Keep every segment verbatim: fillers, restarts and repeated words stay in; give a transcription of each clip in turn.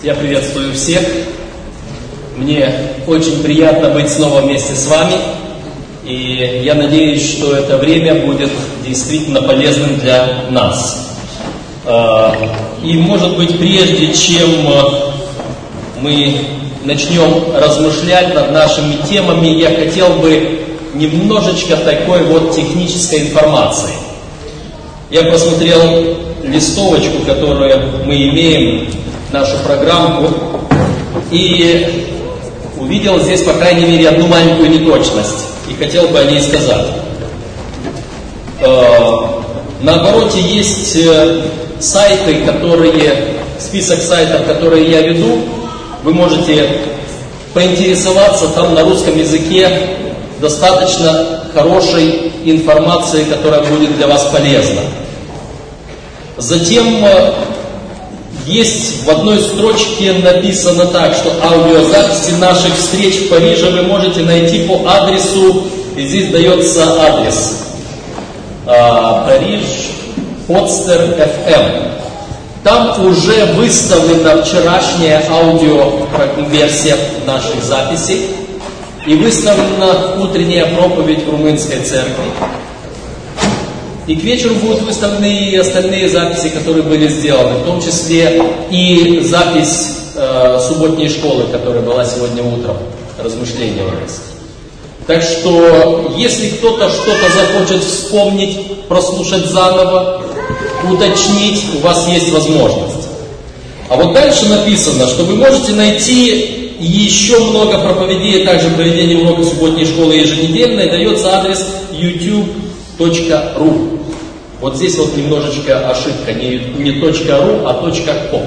Я приветствую всех. Мне очень приятно быть снова вместе с вами. И я надеюсь, что это время будет действительно полезным для нас. И, может быть, прежде чем мы начнем размышлять над нашими темами, я хотел бы немножечко такой вот технической информации. Я посмотрел листовочку, которую мы имеем, нашу программку, и увидел здесь, по крайней мере, одну маленькую неточность, и хотел бы о ней сказать. На обороте есть сайты, которые, список сайтов, которые я веду. Вы можете поинтересоваться, там на русском языке достаточно хорошей информации, которая будет для вас полезна. Затем есть в одной строчке написано так, что аудиозаписи наших встреч в Париже вы можете найти по адресу, и здесь дается адрес а, Париж, Подстер эф эм. Там уже выставлена вчерашняя аудиоверсия наших записей и выставлена утренняя проповедь в румынской церкви. И к вечеру будут выставлены и остальные записи, которые были сделаны, в том числе и запись э, субботней школы, которая была сегодня утром, размышления у нас. Так что, если кто-то что-то захочет вспомнить, прослушать заново, уточнить, у вас есть возможность. А вот дальше написано, что вы можете найти еще много проповедей, также проведение урока субботней школы еженедельной, дается адрес ютуб точка ру. Вот здесь вот немножечко ошибка, не, не .ру, а .com.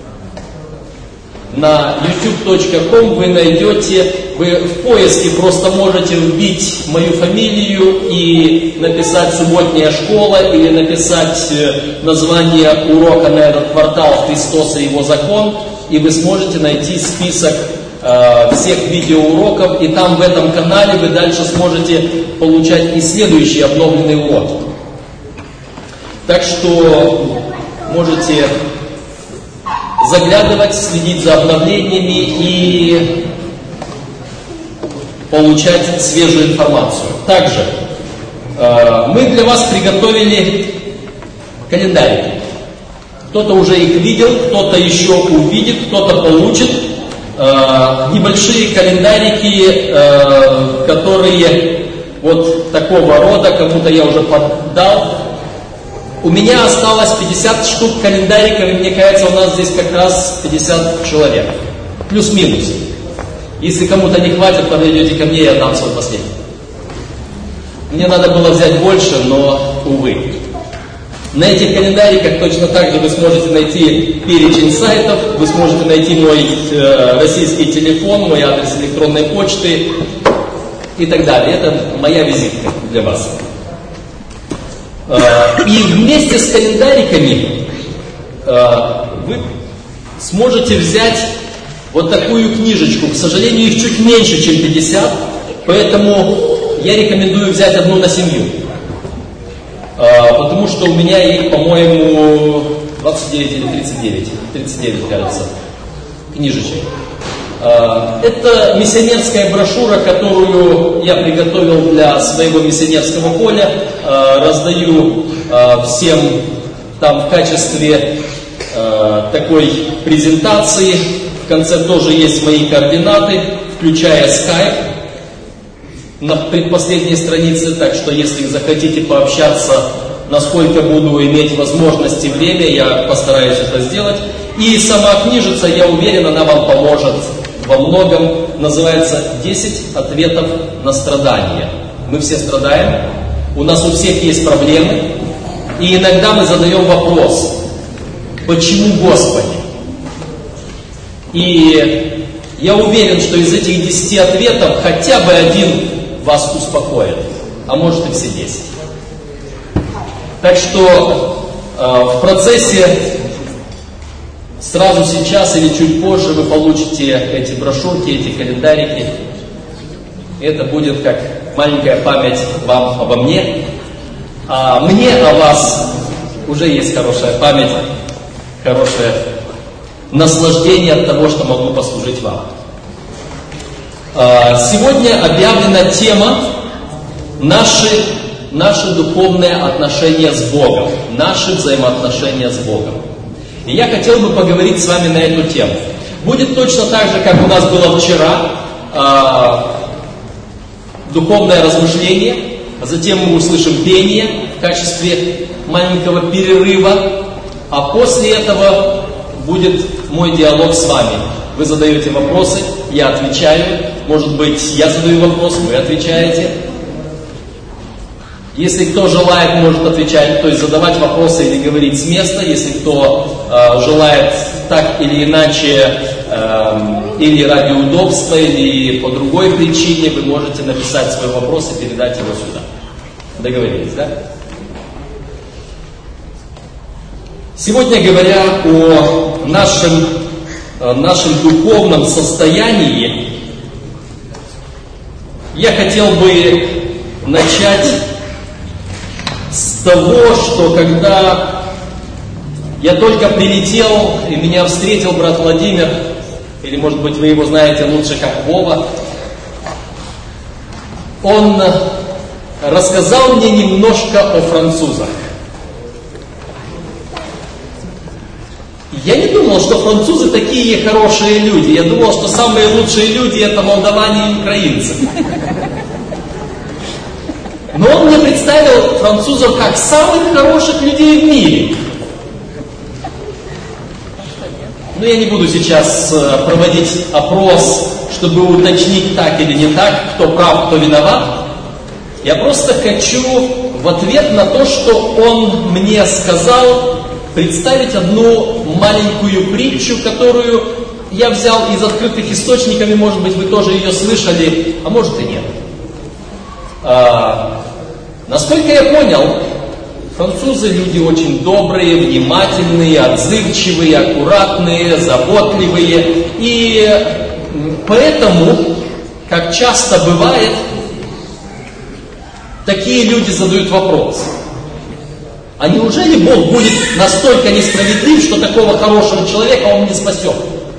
На ютуб точка ком вы найдете, вы в поиске просто можете вбить мою фамилию и написать «Субботняя школа» или написать название урока на этот квартал «Христос и его закон», и вы сможете найти список э, всех видеоуроков, и там в этом канале вы дальше сможете получать и следующие обновленные уроки. Так что можете заглядывать, следить за обновлениями и получать свежую информацию. Также э, мы для вас приготовили календарики. Кто-то уже их видел, кто-то еще увидит, кто-то получит. Э, небольшие календарики, э, которые вот такого рода, кому-то я уже поддал. У меня осталось пятьдесят штук календариков, и мне кажется, у нас здесь как раз пятьдесят человек. Плюс-минус. Если кому-то не хватит, подойдете ко мне, я дам свой последний. Мне надо было взять больше, но, увы. На этих календариках точно так же вы сможете найти перечень сайтов, вы сможете найти мой э, российский телефон, мой адрес электронной почты и так далее. Это моя визитка для вас. И вместе с календариками вы сможете взять вот такую книжечку. К сожалению, их чуть меньше, чем пятьдесят, поэтому я рекомендую взять одну на семью. Потому что у меня их, по-моему, двадцать девять или тридцать девять. тридцать девять, кажется, книжечек. Это миссионерская брошюра, которую я приготовил для своего миссионерского поля. Раздаю всем там в качестве такой презентации. В конце тоже есть мои координаты, включая скайп на предпоследней странице. Так что, если захотите пообщаться, насколько буду иметь возможности и время, я постараюсь это сделать. И сама книжица, я уверен, она вам поможет во многом. Называется «десять ответов на страдания». Мы все страдаем, у нас у всех есть проблемы, и иногда мы задаем вопрос: почему, Господи? И я уверен, что из этих десяти ответов хотя бы один вас успокоит, а может и все десять. Так что э, в процессе сразу сейчас или чуть позже вы получите эти брошюрки, эти календарики. Это будет как маленькая память вам обо мне. А мне о вас уже есть хорошая память, хорошее наслаждение от того, что могу послужить вам. Сегодня объявлена тема «Наши, наши духовные отношения с Богом», наши взаимоотношения с Богом. И я хотел бы поговорить с вами на эту тему. Будет точно так же, как у нас было вчера, духовное размышление, а затем мы услышим пение в качестве маленького перерыва, а после этого будет мой диалог с вами. Вы задаете вопросы, я отвечаю. Может быть, я задаю вопрос, вы отвечаете. Если кто желает, может отвечать, то есть задавать вопросы или говорить с места. Если кто э, желает так или иначе, э, или ради удобства, или по другой причине, вы можете написать свой вопрос и передать его сюда. Договорились, да? Сегодня, говоря о нашем, э, нашем духовном состоянии, я хотел бы начать с того, что когда я только прилетел, и меня встретил брат Владимир, или, может быть, вы его знаете лучше как Вова, он рассказал мне немножко о французах. Я не думал, что французы такие хорошие люди. Я думал, что самые лучшие люди это молдаване и украинцы. Но он мне представил французов как самых хороших людей в мире. Но я не буду сейчас проводить опрос, чтобы уточнить, так или не так, кто прав, кто виноват. Я просто хочу в ответ на то, что он мне сказал, представить одну маленькую притчу, которую я взял из открытых источников, и, может быть, вы тоже ее слышали, а может и нет. А, насколько я понял, французы люди очень добрые, внимательные, отзывчивые, аккуратные, заботливые. И поэтому, как часто бывает, такие люди задают вопрос: а неужели Бог будет настолько несправедлив, что такого хорошего человека Он не спасет?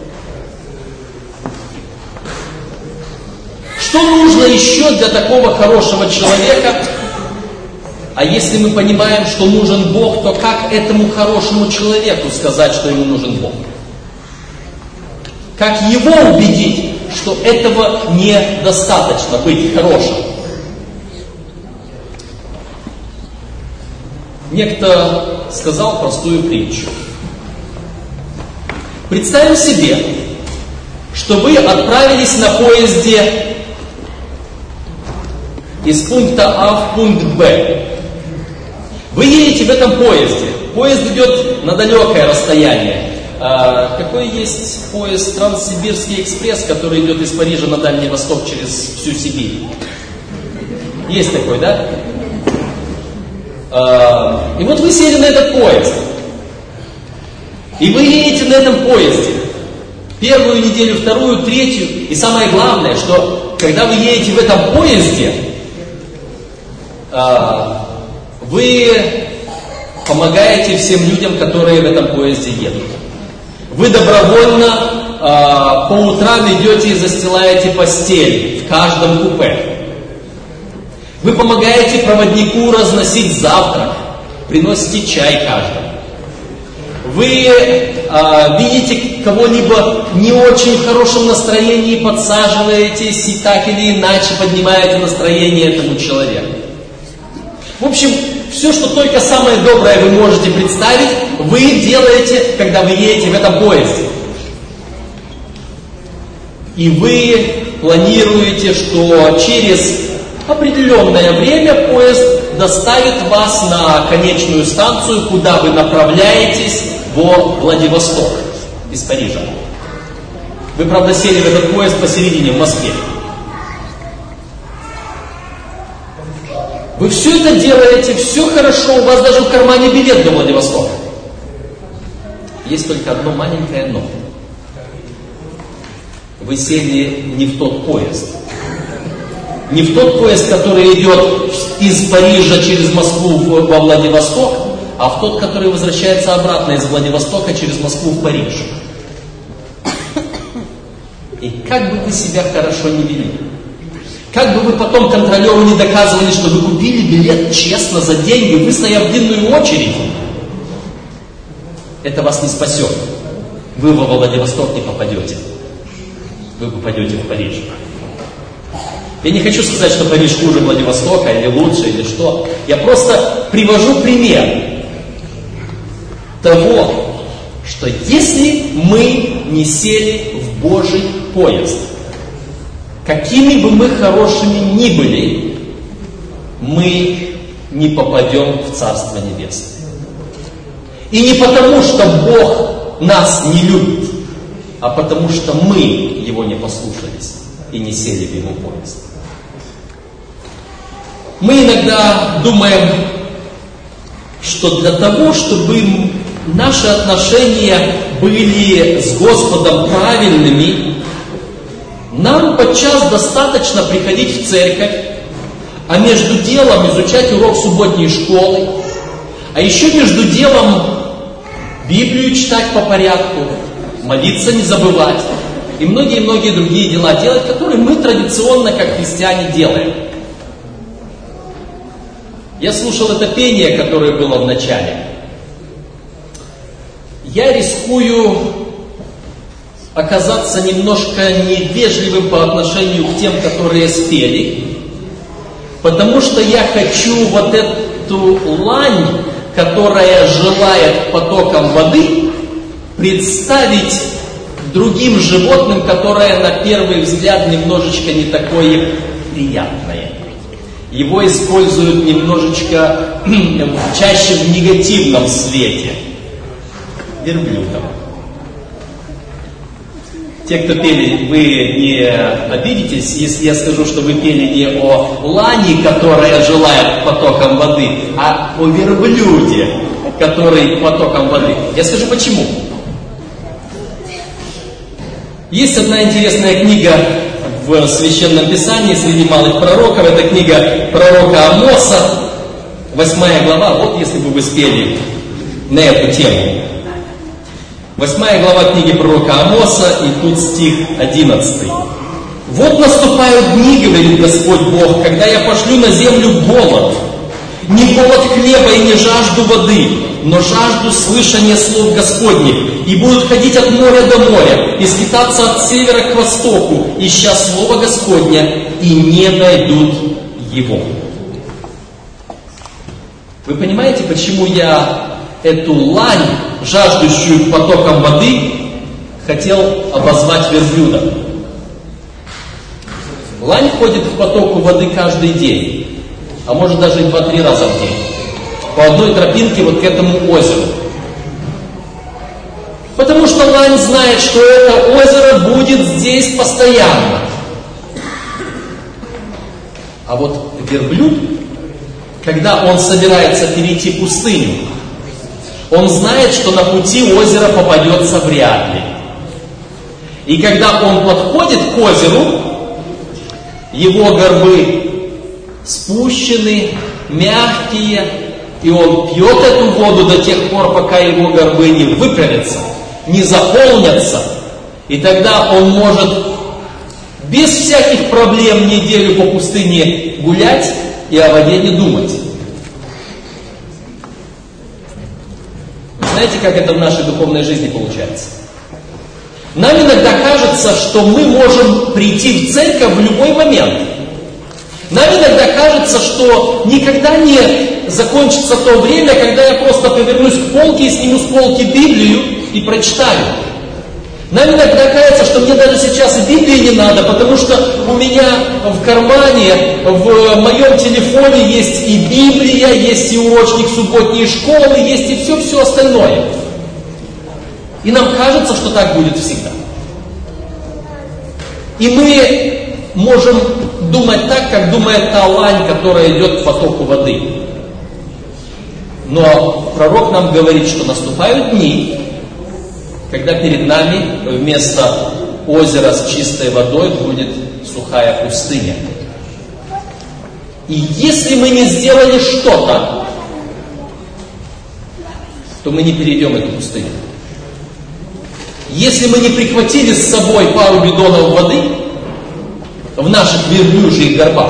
Что нужно еще для такого хорошего человека? А если мы понимаем, что нужен Бог, то как этому хорошему человеку сказать, что ему нужен Бог? Как его убедить, что этого недостаточно быть хорошим? Некто сказал простую притчу. Представим себе, что вы отправились на поезде из пункта А в пункт Б. Вы едете в этом поезде. Поезд идет на далекое расстояние. А какой есть поезд Транссибирский экспресс, который идет из Парижа на Дальний Восток через всю Сибирь? Есть такой, да? А, и вот вы сели на этот поезд. И вы едете на этом поезде. Первую неделю, вторую, третью. И самое главное, что когда вы едете в этом поезде, а, вы помогаете всем людям, которые в этом поезде едут. Вы добровольно а, по утрам идете и застилаете постель в каждом купе. Вы помогаете проводнику разносить завтрак, приносите чай каждому. Вы а, видите кого-либо не очень в хорошем настроении, подсаживаетесь и так или иначе поднимаете настроение этому человеку. В общем, все, что только самое доброе вы можете представить, вы делаете, когда вы едете в этом поезде. И вы планируете, что через определенное время поезд доставит вас на конечную станцию, куда вы направляетесь во Владивосток из Парижа. Вы, правда, сели в этот поезд посередине, в Москве. Вы все это делаете, все хорошо, у вас даже в кармане билет до Владивостока. Есть только одно маленькое но. Вы сели не в тот поезд. Не в тот поезд, который идет из Парижа через Москву во Владивосток, а в тот, который возвращается обратно из Владивостока через Москву в Париж. И как бы вы себя хорошо не вели, как бы вы потом контролеру не доказывали, что вы купили билет честно за деньги, вы стоя в длинную очередь, это вас не спасет. Вы во Владивосток не попадете. Вы попадете в Париж. Я не хочу сказать, что Париж хуже Владивостока, или лучше, или что. Я просто привожу пример того, что если мы не сели в Божий поезд, какими бы мы хорошими ни были, мы не попадем в Царство Небесное. И не потому, что Бог нас не любит, а потому что мы Его не послушались и не сели в Его поезд. Мы иногда думаем, что для того, чтобы наши отношения были с Господом правильными, нам подчас достаточно приходить в церковь, а между делом изучать урок субботней школы, а еще между делом Библию читать по порядку, молиться не забывать и многие-многие другие дела делать, которые мы традиционно, как христиане, делаем. Я слушал это пение, которое было в начале. Я рискую оказаться немножко невежливым по отношению к тем, которые спели, потому что я хочу вот эту лань, которая желает потоком воды, представить другим животным, которое на первый взгляд немножечко не такое приятное. Его используют немножечко чаще в негативном свете. Верблюдом. Те, кто пели, вы не обидитесь, если я скажу, что вы пели не о лани, которая желает потоком воды, а о верблюде, который потоком воды. Я скажу почему. Есть одна интересная книга в Священном Писании среди малых пророков. Это книга пророка Амоса, восьмая глава. Вот если бы вы спели на эту тему. Восьмая глава книги пророка Амоса, и тут стих одиннадцатый. «Вот наступают дни, говорит Господь Бог, когда я пошлю на землю голод. Не голод хлеба и не жажду воды, но жажду слышания слов Господних. И будут ходить от моря до моря, и скитаться от севера к востоку, ища слова Господня, и не найдут его». Вы понимаете, почему я эту лань, жаждущую потоком воды, хотел обозвать верблюдом? Лань ходит к потоку воды каждый день, а может даже и два-три раза в день, по одной тропинке вот к этому озеру. Потому что лань знает, что это озеро будет здесь постоянно. А вот верблюд, когда он собирается перейти пустыню, он знает, что на пути озеро попадется вряд ли. И когда он подходит к озеру, его горбы спущены, мягкие, и он пьет эту воду до тех пор, пока его горбы не выправятся, не заполнятся. И тогда он может без всяких проблем неделю по пустыне гулять и о воде не думать. Вы знаете, как это в нашей духовной жизни получается? Нам иногда кажется, что мы можем прийти в церковь в любой момент. Нам иногда кажется, что никогда не закончится то время, когда я просто повернусь к полке и сниму с полки Библию и прочитаю. Нам иногда кажется, что мне даже сейчас и Библии не надо, потому что у меня в кармане, в моем телефоне есть и Библия, есть и урочник субботней школы, есть и все-все остальное. И нам кажется, что так будет всегда. И мы можем думать так, как думает та лань, которая идет к потоку воды. Но пророк нам говорит, что наступают дни, когда перед нами вместо озера с чистой водой будет сухая пустыня. И если мы не сделали что-то, то мы не перейдем эту пустыню. Если мы не прихватили с собой пару бидонов воды в наших верблюжьих горбах,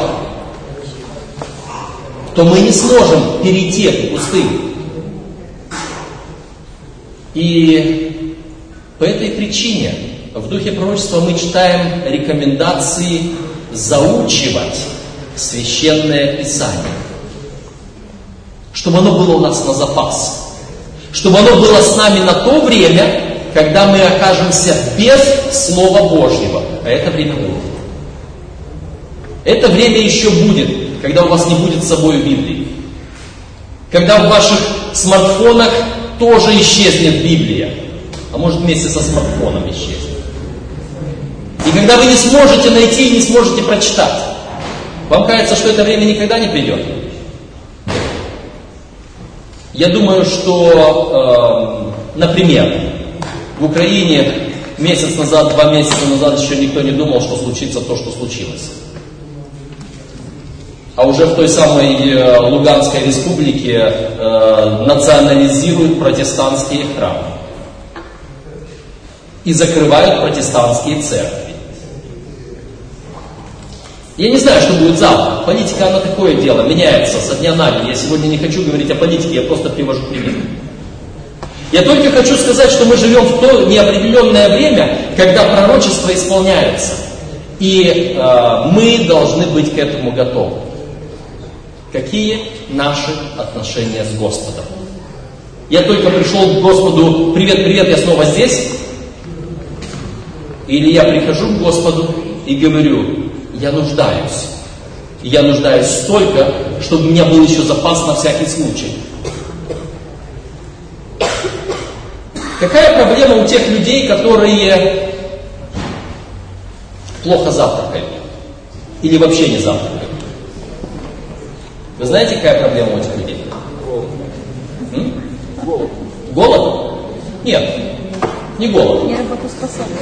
то мы не сможем перейти эту пустыню. И по этой причине в духе пророчества мы читаем рекомендации заучивать Священное Писание, чтобы оно было у нас на запас, чтобы оно было с нами на то время, когда мы окажемся без Слова Божьего. А это время будет. Это время еще будет, когда у вас не будет с собой Библии. Когда в ваших смартфонах тоже исчезнет Библия. А может, вместе со смартфоном исчезнет. И когда вы не сможете найти и не сможете прочитать, вам кажется, что это время никогда не придет? Я думаю, что, э, например, в Украине месяц назад, два месяца назад еще никто не думал, что случится то, что случилось. А уже в той самой э, Луганской республике э, национализируют протестантские храмы и закрывают протестантские церкви. Я не знаю, что будет завтра. Политика, она такое дело, меняется со дня на день. Я сегодня не хочу говорить о политике, я просто привожу пример. Я только хочу сказать, что мы живем в то неопределенное время, когда пророчества исполняются. И э, мы должны быть к этому готовы. Какие наши отношения с Господом? Я только пришел к Господу, привет, привет, я снова здесь. Или я прихожу к Господу и говорю, я нуждаюсь. Я нуждаюсь столько, чтобы у меня был еще запас на всякий случай. Какая проблема у тех людей, которые плохо завтракают? Или вообще не завтракают? Вы знаете, какая проблема у этих людей? М? Голод? Нет, не голод. Не работоспособность.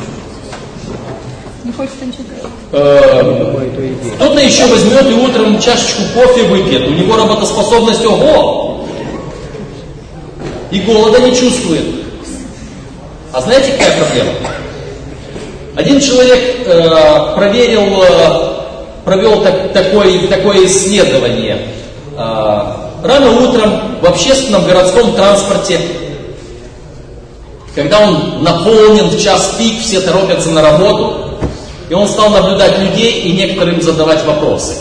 Не хочется ничего делать. Кто-то еще возьмет и утром чашечку кофе выпьет. У него работоспособность ого! И голода не чувствует. А знаете, какая проблема? Один человек э, проверил, э, провел так, такое, такое исследование. Э, рано утром в общественном городском транспорте, когда он наполнен в час пик, все торопятся на работу, и он стал наблюдать людей и некоторым задавать вопросы.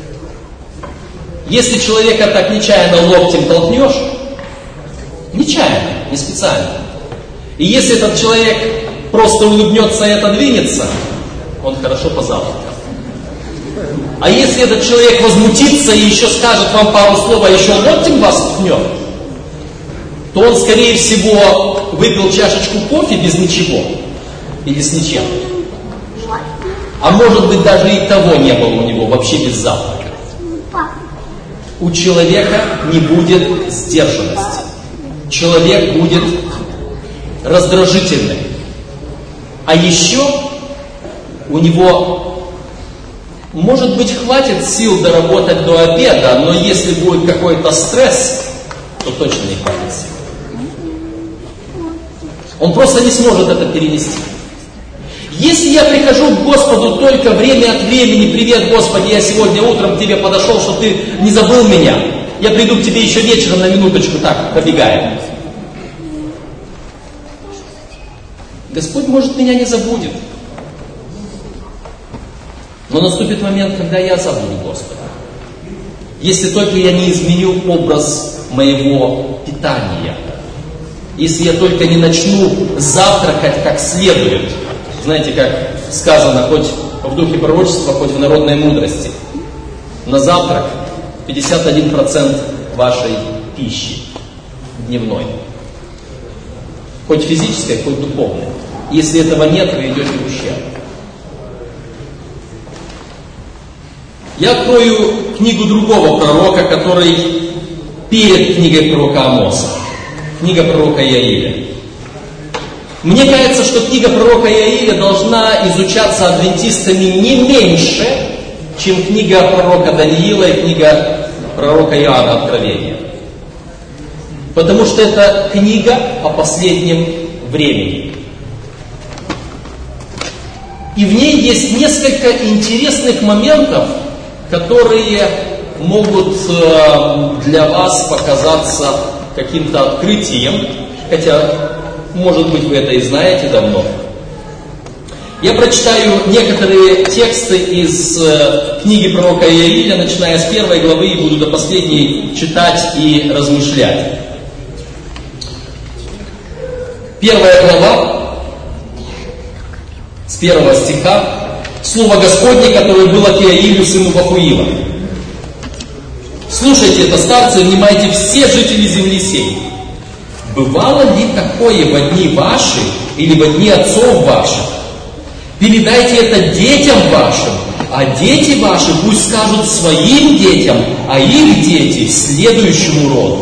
Если человека так нечаянно локтем толкнешь, нечаянно, не специально, и если этот человек просто улыбнется и отодвинется, он хорошо позавтракал. А если этот человек возмутится и еще скажет вам пару слов, а еще локтем вас ткнет, то он, скорее всего, выпил чашечку кофе без ничего или с ничем. А может быть, даже и того не было у него, вообще без завтрака. У человека не будет сдержанности. Человек будет раздражительным. А еще у него, может быть, хватит сил доработать до обеда, но если будет какой-то стресс, то точно не хватит сил. Он просто не сможет это перенести. Если я прихожу к Господу только время от времени, привет, Господи, я сегодня утром к Тебе подошел, что Ты не забыл меня, я приду к Тебе еще вечером на минуточку, так, пробегаем. Господь, может, меня не забудет. Но наступит момент, когда я забуду Господа. Если только я не изменю образ моего питания. Если я только не начну завтракать как следует. Знаете, как сказано, хоть в духе пророчества, хоть в народной мудрости. На завтрак пятьдесят один процент вашей пищи дневной. Хоть физической, хоть духовной. Если этого нет, вы идете в ущерб. Я открою книгу другого пророка, который перед книгой пророка Амоса. Книга пророка Иаиля. Мне кажется, что книга пророка Иаиля должна изучаться адвентистами не меньше, чем книга пророка Даниила и книга пророка Иоанна Откровения. Потому что это книга о последнем времени. И в ней есть несколько интересных моментов, которые могут для вас показаться каким-то открытием, хотя, может быть, вы это и знаете давно. Я прочитаю некоторые тексты из книги пророка Иаиля, начиная с первой главы, и буду до последней читать и размышлять. Первая глава, с первого стиха, слово Господне, которое было к Иаилю, сыну Вахуила. Слушайте это, старцы, внимайте все жители земли сей. Бывало ли такое во дни ваши или во дни отцов ваших? Передайте это детям вашим, а дети ваши пусть скажут своим детям, а их дети следующему роду.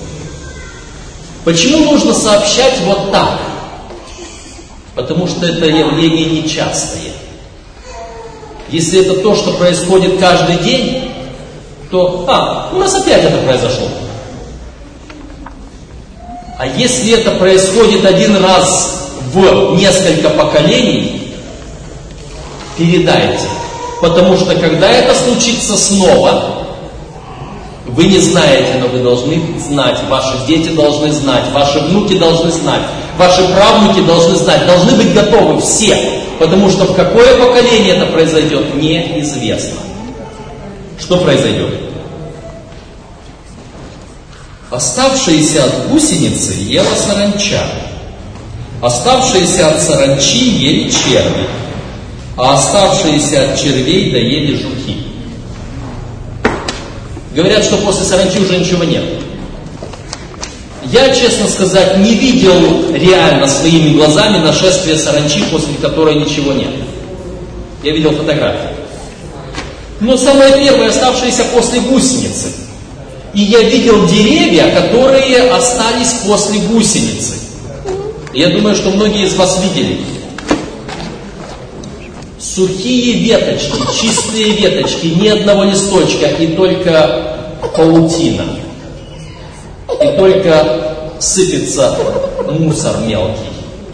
Почему нужно сообщать вот так? Потому что это явление нечастое. Если это то, что происходит каждый день, то, а, у нас опять это произошло. А если это происходит один раз в несколько поколений, передайте. Потому что когда это случится снова, вы не знаете, но вы должны знать, ваши дети должны знать, ваши внуки должны знать, ваши правнуки должны знать, должны быть готовы все. Потому что в какое поколение это произойдет, неизвестно. Что произойдет? Оставшиеся от гусеницы ела саранча, оставшиеся от саранчи ели черви, а оставшиеся от червей доели жуки. Говорят, что после саранчи уже ничего нет. Я, честно сказать, не видел реально своими глазами нашествие саранчи, после которой ничего нет. Я видел фотографии. Но самое первое, оставшееся после гусеницы. И я видел деревья, которые остались после гусеницы. Я думаю, что многие из вас видели. Сухие веточки, чистые веточки, ни одного листочка, и только паутина. И только сыпется мусор мелкий.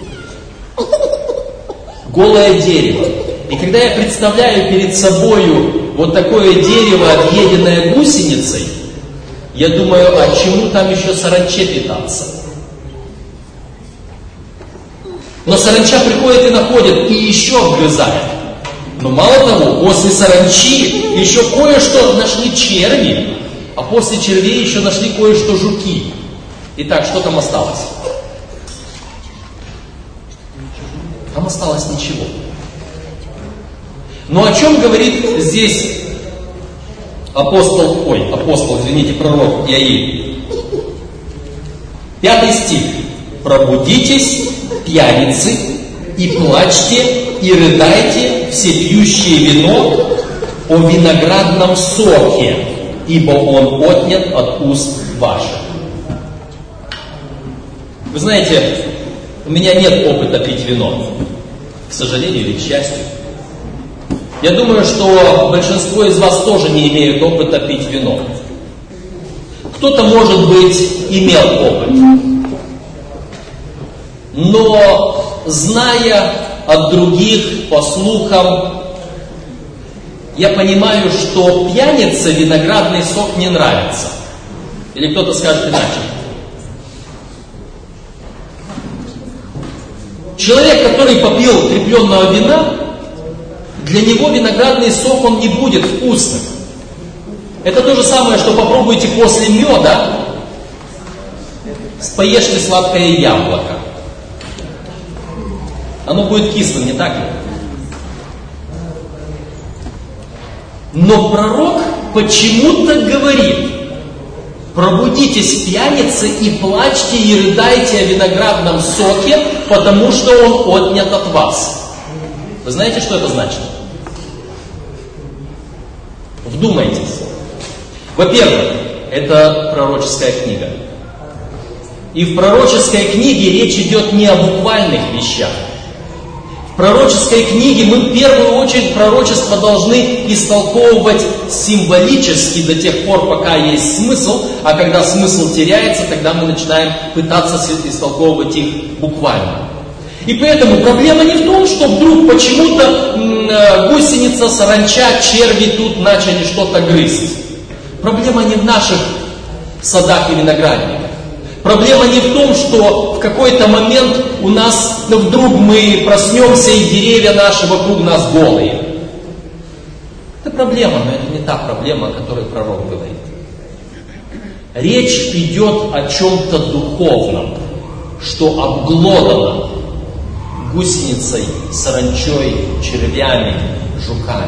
Голое дерево. И когда я представляю перед собою вот такое дерево, объеденное гусеницей, я думаю, а чему там еще саранче питаться? Но саранча приходит и находит, и еще обгрызает. Но мало того, после саранчи еще кое-что нашли черви, а после червей еще нашли кое-что жуки. Итак, что там осталось? Там осталось ничего. Но о чем говорит здесь апостол, ой, апостол, извините, пророк Иаиль? Пятый стих. «Пробудитесь, пьяницы, и плачьте, и рыдайте, все пьющие вино, о виноградном соке, ибо он отнят от уст ваших». Вы знаете, у меня нет опыта пить вино, к сожалению или к счастью. Я думаю, что большинство из вас тоже не имеют опыта пить вино. Кто-то, может быть, имел опыт. Но, зная от других, по слухам, я понимаю, что пьянице виноградный сок не нравится. Или кто-то скажет иначе. Человек, который попил крепленного вина, для него виноградный сок, он не будет вкусным. Это то же самое, что попробуйте после меда, поешьте сладкое яблоко. Оно будет кислым, не так ли? Но пророк почему-то говорит: пробудитесь, пьяницы, и плачьте, и рыдайте о виноградном соке, потому что он отнят от вас. Вы знаете, что это значит? Вдумайтесь. Во-первых, это пророческая книга. И в пророческой книге речь идет не о буквальных вещах. В пророческой книге мы в первую очередь пророчество должны истолковывать символически до тех пор, пока есть смысл, а когда смысл теряется, тогда мы начинаем пытаться истолковывать их буквально. И поэтому проблема не в том, что вдруг почему-то м, гусеница, саранча, черви тут начали что-то грызть. Проблема не в наших садах и виноградниках. Проблема не в том, что в какой-то момент у нас, ну, вдруг мы проснемся и деревья наши вокруг нас голые. Это проблема, но это не та проблема, о которой пророк говорит. Речь идет о чем-то духовном, что обглодано гусеницей, саранчой, червями, жуками.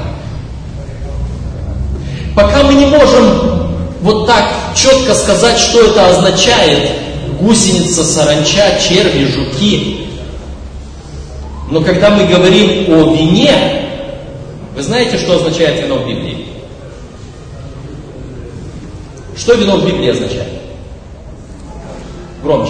Пока мы не можем вот так четко сказать, что это означает, гусеница, саранча, черви, жуки. Но когда мы говорим о вине, вы знаете, что означает вино в Библии? Что вино в Библии означает? Громче.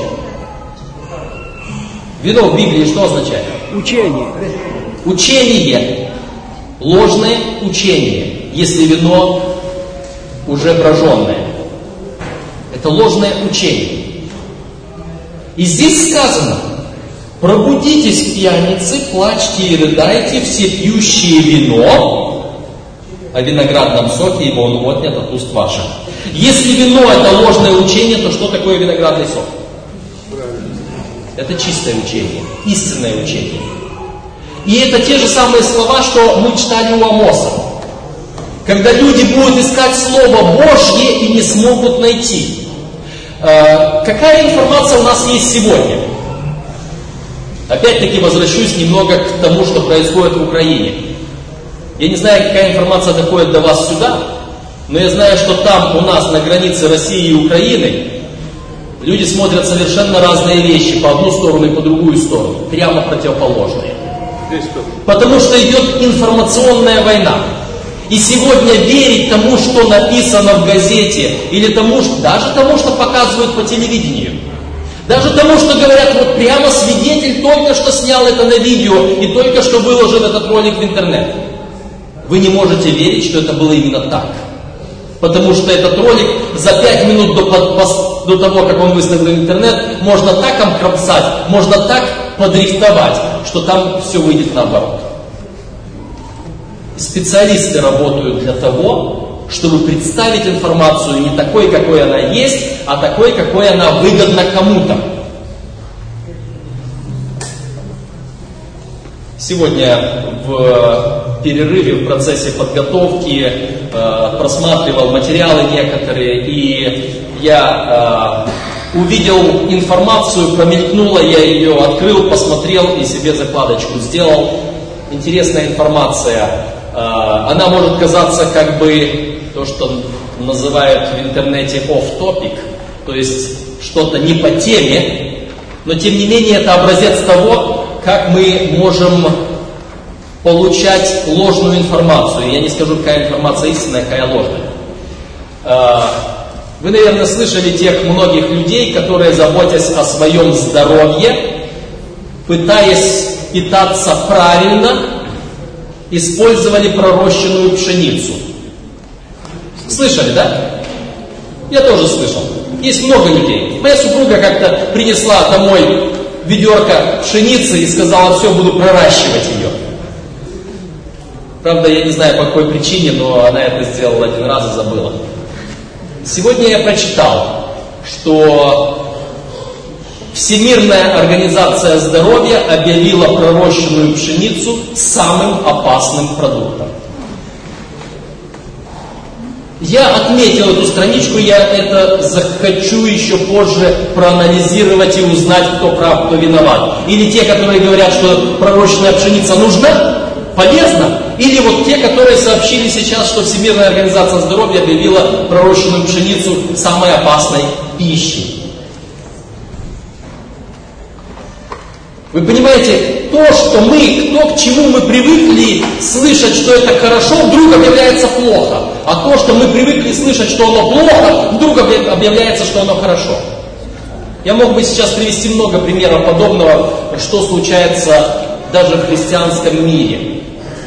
Вино в Библии что означает? Учение. Учение. Ложное учение, если вино уже броженное. Это ложное учение. И здесь сказано: пробудитесь, пьяницы, плачьте и рыдайте, все пьющие вино, о виноградном соке, ибо он отнят от уст ваших. Если вино это ложное учение, то что такое виноградный сок? Это чистое учение, истинное учение. И это те же самые слова, что мы читали у Амоса. Когда люди будут искать Слово Божье и не смогут найти. Э, какая информация у нас есть сегодня? Опять-таки возвращусь немного к тому, что происходит в Украине. Я не знаю, какая информация доходит до вас сюда, но я знаю, что там у нас на границе России и Украины люди смотрят совершенно разные вещи по одну сторону и по другую сторону, прямо противоположные. Потому что идет информационная война. И сегодня верить тому, что написано в газете, или тому, что, даже тому, что показывают по телевидению, даже тому, что говорят, вот прямо свидетель только что снял это на видео и только что выложил этот ролик в интернет. Вы не можете верить, что это было именно так. Потому что этот ролик за пять минут до, под, до того, как он выставлен в интернет, можно так обкромсать, можно так подрихтовать, что там все выйдет наоборот. Специалисты работают для того, чтобы представить информацию не такой, какой она есть, а такой, какой она выгодна кому-то. Сегодня в перерыве, в процессе подготовки э, просматривал материалы некоторые, и я э, увидел информацию, промелькнула, я ее открыл, посмотрел и себе закладочку сделал. Интересная информация. Э, она может казаться как бы то, что называют в интернете off-topic, то есть что-то не по теме, но тем не менее это образец того, как мы можем получать ложную информацию. Я не скажу, какая информация истинная, какая ложная. Вы, наверное, слышали тех многих людей, которые, заботясь о своем здоровье, пытаясь питаться правильно, использовали пророщенную пшеницу. Слышали, да? Я тоже слышал. Есть много людей. Моя супруга как-то принесла домой ведерко пшеницы и сказала: все, буду проращивать ее. Правда, я не знаю, по какой причине, но она это сделала один раз и забыла. Сегодня я прочитал, что Всемирная организация здоровья объявила пророщенную пшеницу самым опасным продуктом. Я отметил эту страничку, я это захочу еще позже проанализировать и узнать, кто прав, кто виноват. Или те, которые говорят, что пророщенная пшеница нужна, полезна, или вот те, которые сообщили сейчас, что Всемирная организация здоровья объявила пророщенную пшеницу самой опасной пищей. Вы понимаете, то, что мы, то, к чему мы привыкли слышать, что это хорошо, вдруг объявляется плохо. А то, что мы привыкли слышать, что оно плохо, вдруг объявляется, что оно хорошо. Я мог бы сейчас привести много примеров подобного, что случается даже в христианском мире.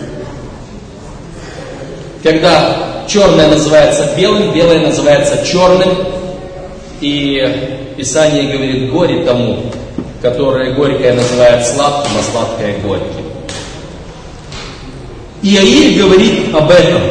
Когда черное называется белым, белое называется черным, и Писание говорит: горе тому, которое горькое называют сладким, а сладкое горьким. Иаиль говорит об этом.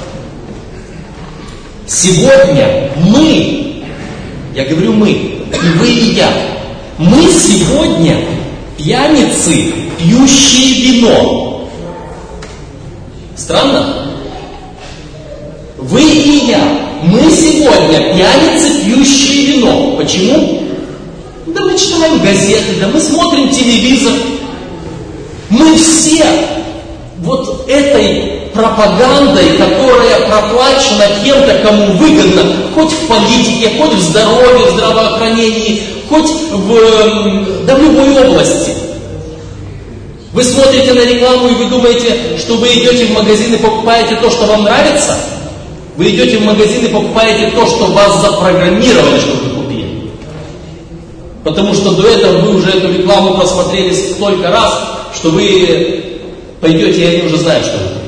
Сегодня мы, я говорю мы, и вы, и я, мы сегодня пьяницы, пьющие вино. Странно? Вы и я, мы сегодня пьяницы, пьющие вино. Почему? Да мы читаем газеты, да мы смотрим телевизор. Мы все вот этой пропагандой, которая проплачена кем-то, кому выгодно, хоть в политике, хоть в здоровье, в здравоохранении, хоть в, да в любой области. Вы смотрите на рекламу и вы думаете, что вы идете в магазин и покупаете то, что вам нравится? Вы идете в магазин и покупаете то, что вас запрограммировали, чтобы вы купили. Потому что до этого вы уже эту рекламу просмотрели столько раз, что вы пойдете, и они уже знают, что вы купите.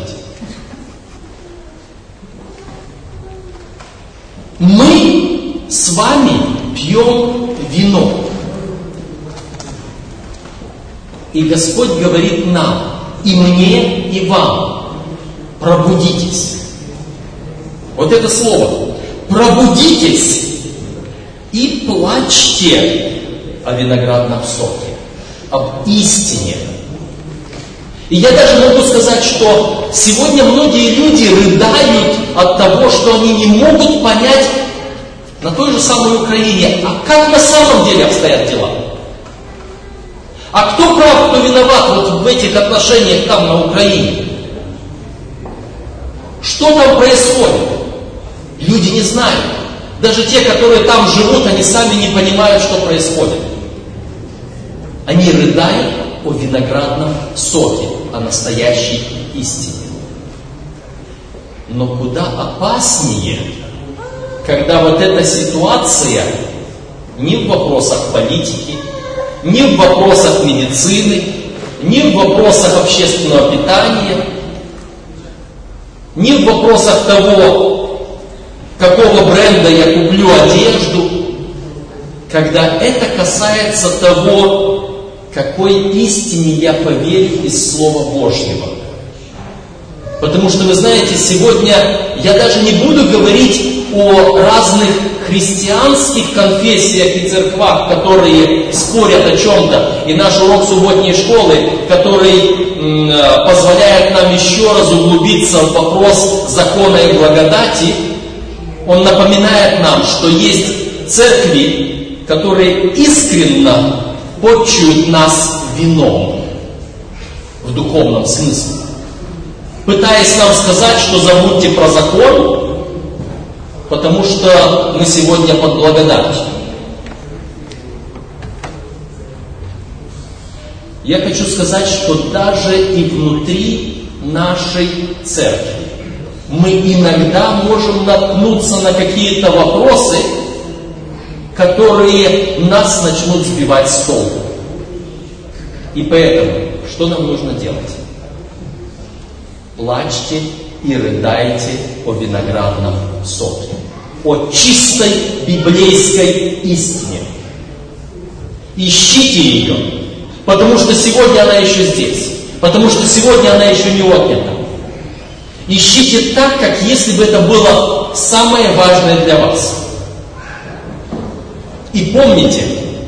Мы с вами пьем вино. И Господь говорит нам, и мне, и вам, пробудитесь. Вот это слово. Пробудитесь и плачьте о виноградном соке, об истине. И я даже могу сказать, что сегодня многие люди рыдают от того, что они не могут понять на той же самой Украине, а как на самом деле обстоят дела. А кто прав, кто виноват вот в этих отношениях там на Украине? Что там происходит? Люди не знают. Даже те, которые там живут, они сами не понимают, что происходит. Они рыдают о виноградном соке, о настоящей истине. Но куда опаснее, когда вот эта ситуация не в вопросах политики, не в вопросах медицины, не в вопросах общественного питания, не в вопросах того, какого бренда я куплю одежду, когда это касается того, какой истине я поверю из Слова Божьего. Потому что, вы знаете, сегодня я даже не буду говорить о разных христианских конфессиях и церквах, которые спорят о чем-то. И наш урок субботней школы, который м, позволяет нам еще раз углубиться в вопрос закона и благодати, он напоминает нам, что есть церкви, которые искренно почуют нас вином в духовном смысле, пытаясь нам сказать, что забудьте про закон, потому что мы сегодня под благодатью. Я хочу сказать, что даже и внутри нашей церкви мы иногда можем наткнуться на какие-то вопросы, которые нас начнут сбивать с толку. И поэтому, что нам нужно делать? Плачьте и рыдайте о виноградном соке, о чистой библейской истине. Ищите ее, потому что сегодня она еще здесь, потому что сегодня она еще не отнята. Ищите так, как если бы это было самое важное для вас. И помните,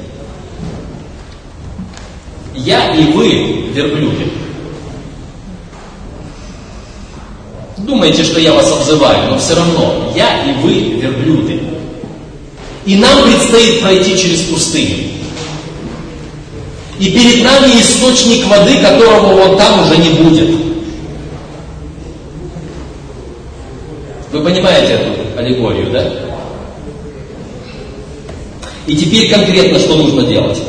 я и вы верблюды. Думаете, что я вас обзываю, но все равно я и вы верблюды. И нам предстоит пройти через пустыню. И перед нами источник воды, которого вот там уже не будет. Вы понимаете эту аллегорию, да? И теперь конкретно что нужно делать?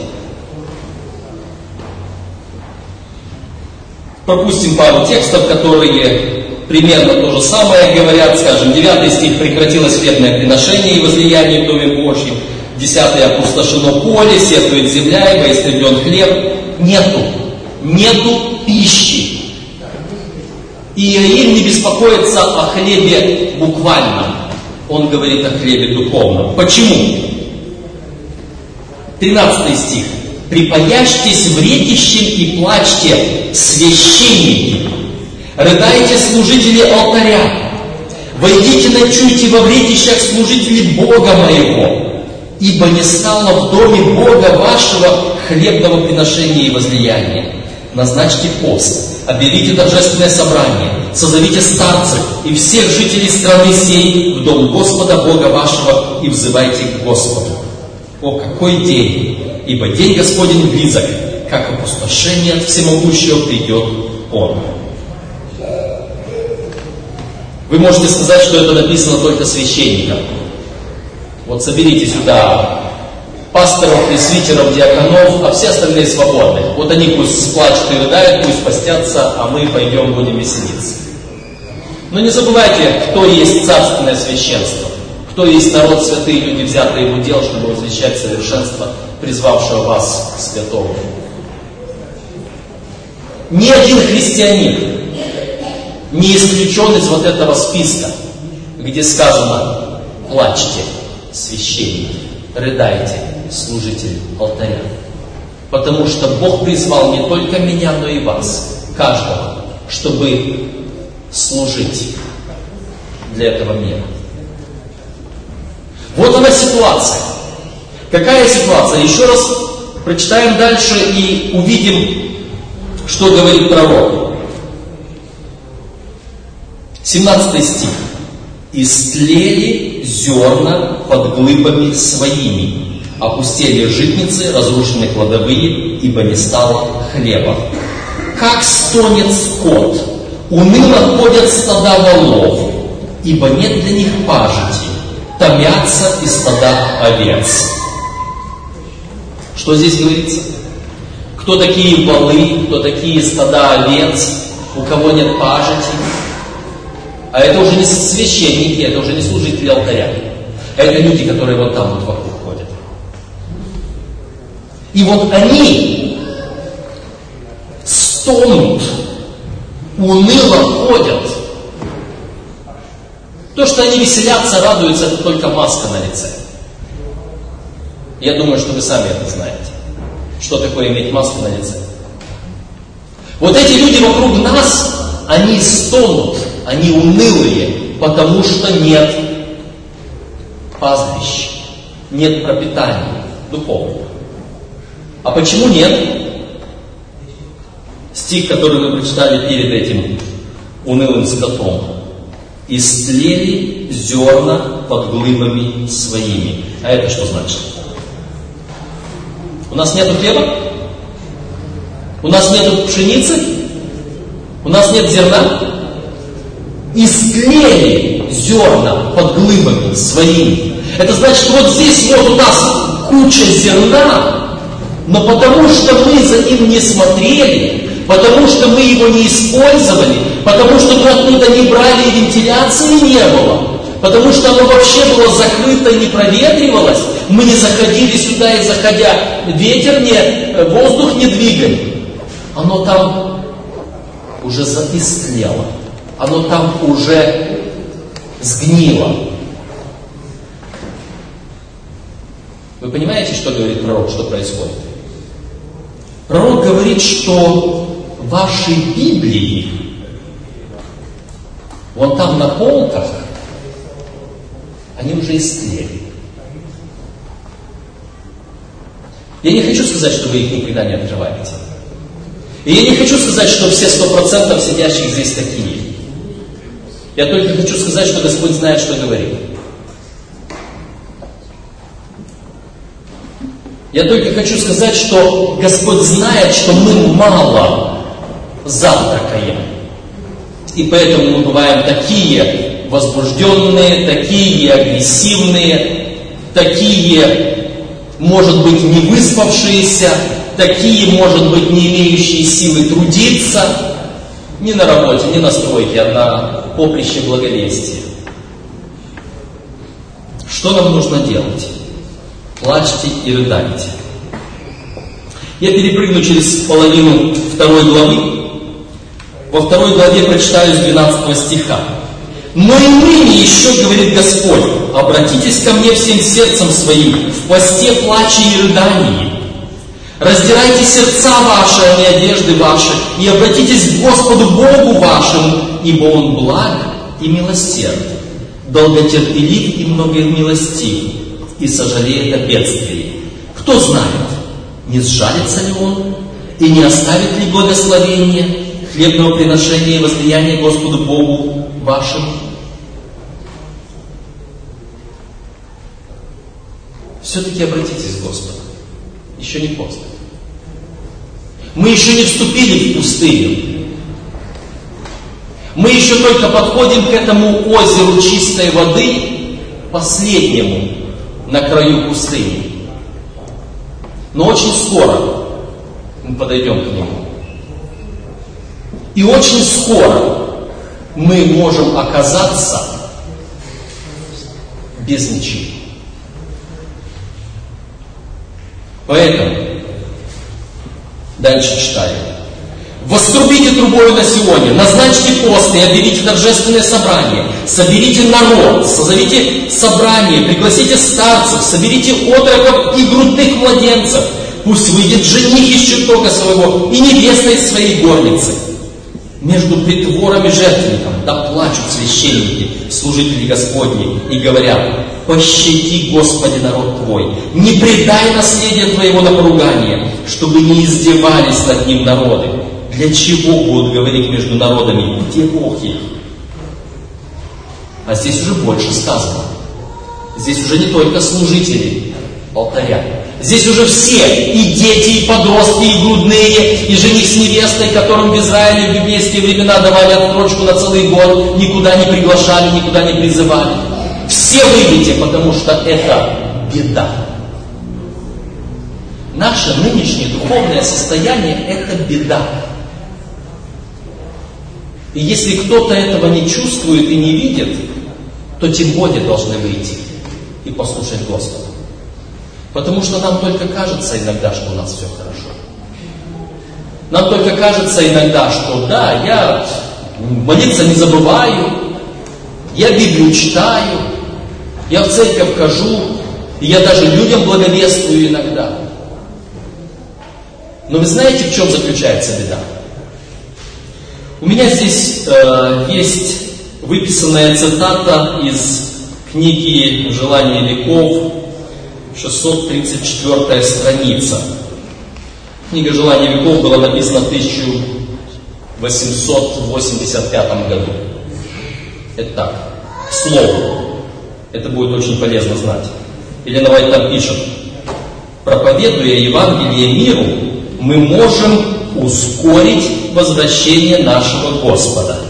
Пропустим пару текстов, которые примерно то же самое говорят. Скажем, девятый стих: прекратилось хлебное приношение и возлияние в Доме Божьем. Десятый: опустошено поле, сетует земля, ибо истреблен хлеб. Нету, нету пищи. И Иаиль не беспокоится о хлебе буквальном. Он говорит о хлебе духовном. Почему? тринадцатый стих. Припаяшьтесь вретищем и плачьте, священники. Рыдайте, служители алтаря. Войдите, ночуйте во вретищах, служители Бога моего. Ибо не стало в доме Бога вашего хлебного приношения и возлияния. Назначьте пост, объявите торжественное собрание, созовите старцев и всех жителей страны сей в дом Господа Бога вашего и взывайте к Господу. О, какой день! Ибо день Господень близок, как опустошение от всемогущего придет Он. Вы можете сказать, что это написано только священникам. Вот соберите сюда пасторов, пресвитеров, диаконов, а все остальные свободны. Вот они пусть плачут и рыдают, пусть постятся, а мы пойдем будем веселиться. Но не забывайте, кто есть царственное священство, кто есть народ, святые люди, взятые в удел, чтобы возвещать совершенство, призвавшего вас к святому. Ни один христианин не исключен из вот этого списка, где сказано: плачьте, священники, рыдайте, служители алтаря. Потому что Бог призвал не только меня, но и вас, каждого, чтобы служить для этого мира. Вот она ситуация. Какая ситуация? Еще раз прочитаем дальше и увидим, что говорит пророк. семнадцатый стих. «Истлели зерна под глыбами своими, опустели житницы, разрушены кладовые, ибо не стало хлеба. Как стонет скот, уныло ходят стада волов, ибо нет для них пажити, томятся и стада овец». Что здесь говорится? Кто такие волы, кто такие стада овец, у кого нет пажити? А это уже не священники, это уже не служители алтаря. Это люди, которые вот там вот вокруг ходят. И вот они стонут, уныло ходят. То, что они веселятся, радуются, это только маска на лице. Я думаю, что вы сами это знаете. Что такое иметь маску на лице? Вот эти люди вокруг нас, они стонут, они унылые, потому что нет пастбища, нет пропитания духовного. А почему нет? Стих, который мы прочитали перед этим унылым скотом. «Истлели зерна под глыбами своими». А это что значит? У нас нет хлеба? У нас нет пшеницы? У нас нет зерна? Истлели зерна под глыбами своими. Это значит, что вот здесь вот у нас куча зерна, но потому что мы за ним не смотрели, потому что мы его не использовали, потому что мы оттуда не брали и вентиляции не было, потому что оно вообще было закрыто и не проветривалось, мы не заходили сюда и заходя, ветер не, воздух не двигали. Оно там уже истлело, оно там уже сгнило. Вы понимаете, что говорит пророк, что происходит? Пророк говорит, что ваши Библии, вон там на полках, они уже истлели. Я не хочу сказать, что вы их никогда не открываете. И я не хочу сказать, что все сто процентов сидящих здесь такие. Я только хочу сказать, что Господь знает, что говорит. Я только хочу сказать, что Господь знает, что мы мало завтракаем. И поэтому мы бываем такие возбужденные, такие агрессивные, такие, может быть, не выспавшиеся, такие, может быть, не имеющие силы трудиться ни на работе, ни на стройке, а на поприще благовестия. Что нам нужно делать? Плачьте и рыдайте. Я перепрыгну через половину второй главы. Во второй главе прочитаю с двенадцатого стиха. «Но и ныне еще, говорит Господь, обратитесь ко мне всем сердцем своим, в посте, плаче и рыдании. Раздирайте сердца ваши, а не одежды ваши, и обратитесь к Господу Богу вашему, ибо Он благ и милосерд, долготерпелив и многомилостив, и сожалеет о бедствии. Кто знает, не сжалится ли Он, и не оставит ли благословение, хлебного приношения и возлияния Господу Богу вашему? Все-таки обратитесь к Господу. Еще не поздно. Мы еще не вступили в пустыню. Мы еще только подходим к этому озеру чистой воды, последнему на краю пустыни. Но очень скоро мы подойдем к нему. И очень скоро мы можем оказаться без ничего. Поэтому, дальше читаем. «Вострубите трубою на Сионе, назначьте пост и объявите торжественное собрание, соберите народ, созовите собрание, пригласите старцев, соберите отроков и грудных младенцев, пусть выйдет жених из чертога своего и невеста из своей горницы. Между притвором и жертвенником да плачут священники, служители Господни, и говорят: пощади, Господи, народ Твой, не предай наследие Твоего на поругание, чтобы не издевались над ним народы. Для чего будут говорить между народами, где Бог их?» А здесь уже больше сказано. Здесь уже не только служители алтаря. Здесь уже все, и дети, и подростки, и грудные, и жених с невестой, которым в Израиле в библейские времена давали отсрочку на целый год, никуда не приглашали, никуда не призывали. Все выйдете, потому что это беда. Наше нынешнее духовное состояние – это беда. И если кто-то этого не чувствует и не видит, то тем более должны выйти и послушать Господа. Потому что нам только кажется иногда, что у нас все хорошо. Нам только кажется иногда, что да, я молиться не забываю, я Библию читаю, я в церковь хожу, и я даже людям благовествую иногда. Но вы знаете, в чем заключается беда? У меня здесь э, есть выписанная цитата из книги «Желание веков», шестьсот тридцать четвёртая страница. Книга «Желание веков» была написана в тысяча восемьсот восемьдесят пятом году. Это так, к слову. Это будет очень полезно знать. Елена Вайт там пишет: «Проповедуя Евангелие миру, мы можем ускорить возвращение нашего Господа.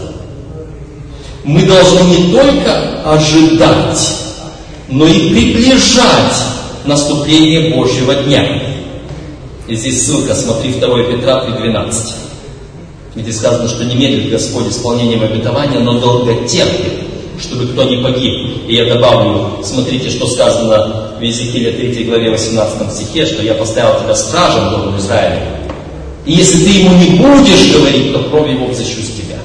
Мы должны не только ожидать, но и приближать наступление Божьего дня». И здесь ссылка, смотри, второе Петра три двенадцать, где сказано, что не медлит Господь исполнением обетования, но долго терпит, чтобы кто не погиб. И я добавлю, смотрите, что сказано в Иезекииле третьей главе восемнадцатом стихе, что я поставил тебя стражем дому Израиля. И если ты ему не будешь говорить, то кровь его взыщу с тебя.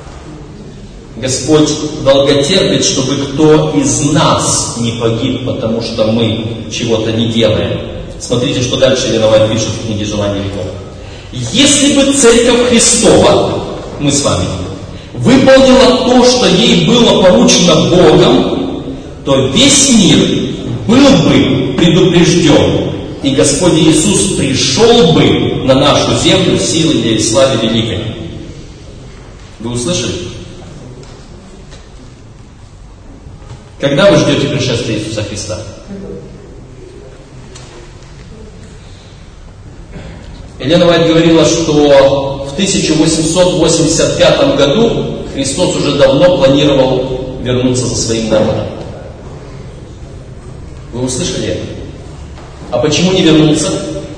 Господь долготерпит, чтобы кто из нас не погиб, потому что мы чего-то не делаем. Смотрите, что дальше Елена Вайт пишет в книге «Желание веков». «Если бы Церковь Христова, мы с вами, выполнила то, что ей было поручено Богом, то весь мир был бы предупрежден, и Господь Иисус пришел бы на нашу землю силой и славе великой». Вы услышали? Когда вы ждете пришествия Иисуса Христа? Елена Вайт говорила, что в тысяча восемьсот восемьдесят пятом году Христос уже давно планировал вернуться за своим народом. Вы услышали это? А почему не вернуться?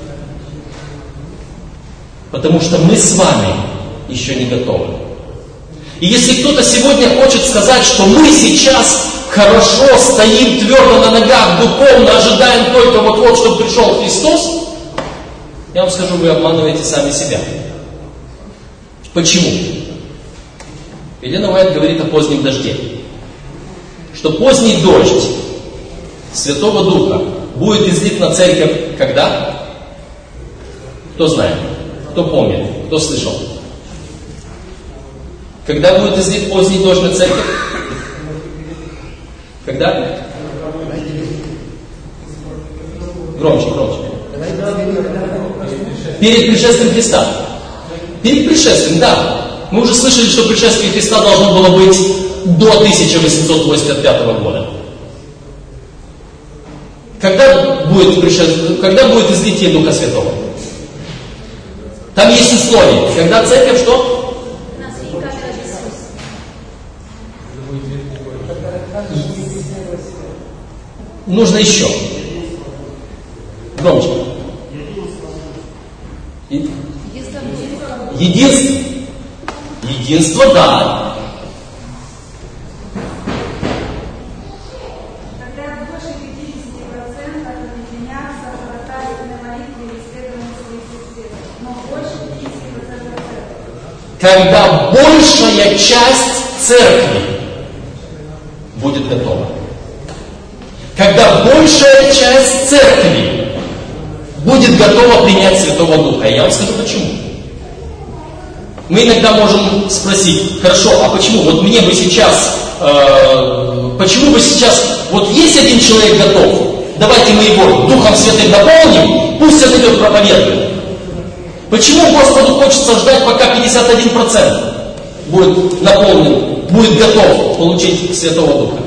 Потому что мы с вами еще не готовы. И если кто-то сегодня хочет сказать, что мы сейчас хорошо стоим твердо на ногах, духовно ожидаем только вот-вот, чтобы пришел Христос, я вам скажу, вы обманываете сами себя. Почему? Елена Вайт говорит о позднем дожде. Что поздний дождь Святого Духа будет излит на церковь когда? Кто знает? Кто помнит? Кто слышал? Когда будет излит поздний дождь на церковь? Когда? Громче, громче. Перед пришествием Христа. Перед пришествием, да. Мы уже слышали, что пришествие Христа должно было быть до тысяча восемьсот восемьдесят пятого года. Когда будет пришествие, когда будет излитие Духа Святого? Там есть условия. Когда церковь что? Нужно еще. Громче. Единство. Единство, да. Когда больше пятидесяти процентов объединятся, хватает на молитве и исследовании своих исследований. Но больше пятидесяти процентов церкви. Когда большая часть церкви будет готова. Когда большая часть церкви будет готова принять Святого Духа. И я вам скажу почему. Мы иногда можем спросить, хорошо, а почему? Вот мне бы сейчас, э, почему бы сейчас, вот есть один человек готов, давайте мы его Духом Святым наполним, пусть он идет проповедует. Почему Господу хочется ждать, пока пятьдесят один процент будет наполнен, будет готов получить Святого Духа?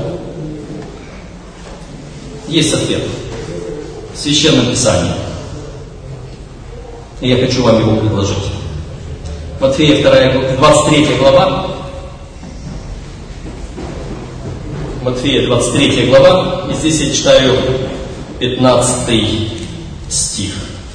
Есть ответ в Священном Писании. И я хочу вам его предложить. Матфея двадцать третья глава. Матфея двадцать третья глава. И здесь я читаю пятнадцатый стих.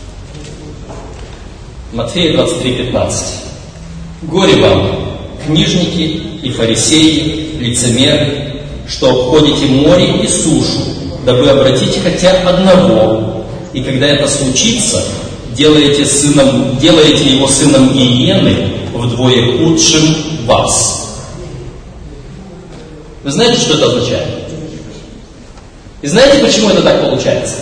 Матфея двадцать три, пятнадцать. Горе вам, книжники и фарисеи, лицемеры, что обходите море и сушу, дабы обратить хотя одного, и когда это случится, делаете, сыном, делаете его сыном гиены, вдвое худшим вас. Вы знаете, что это означает? И знаете, почему это так получается?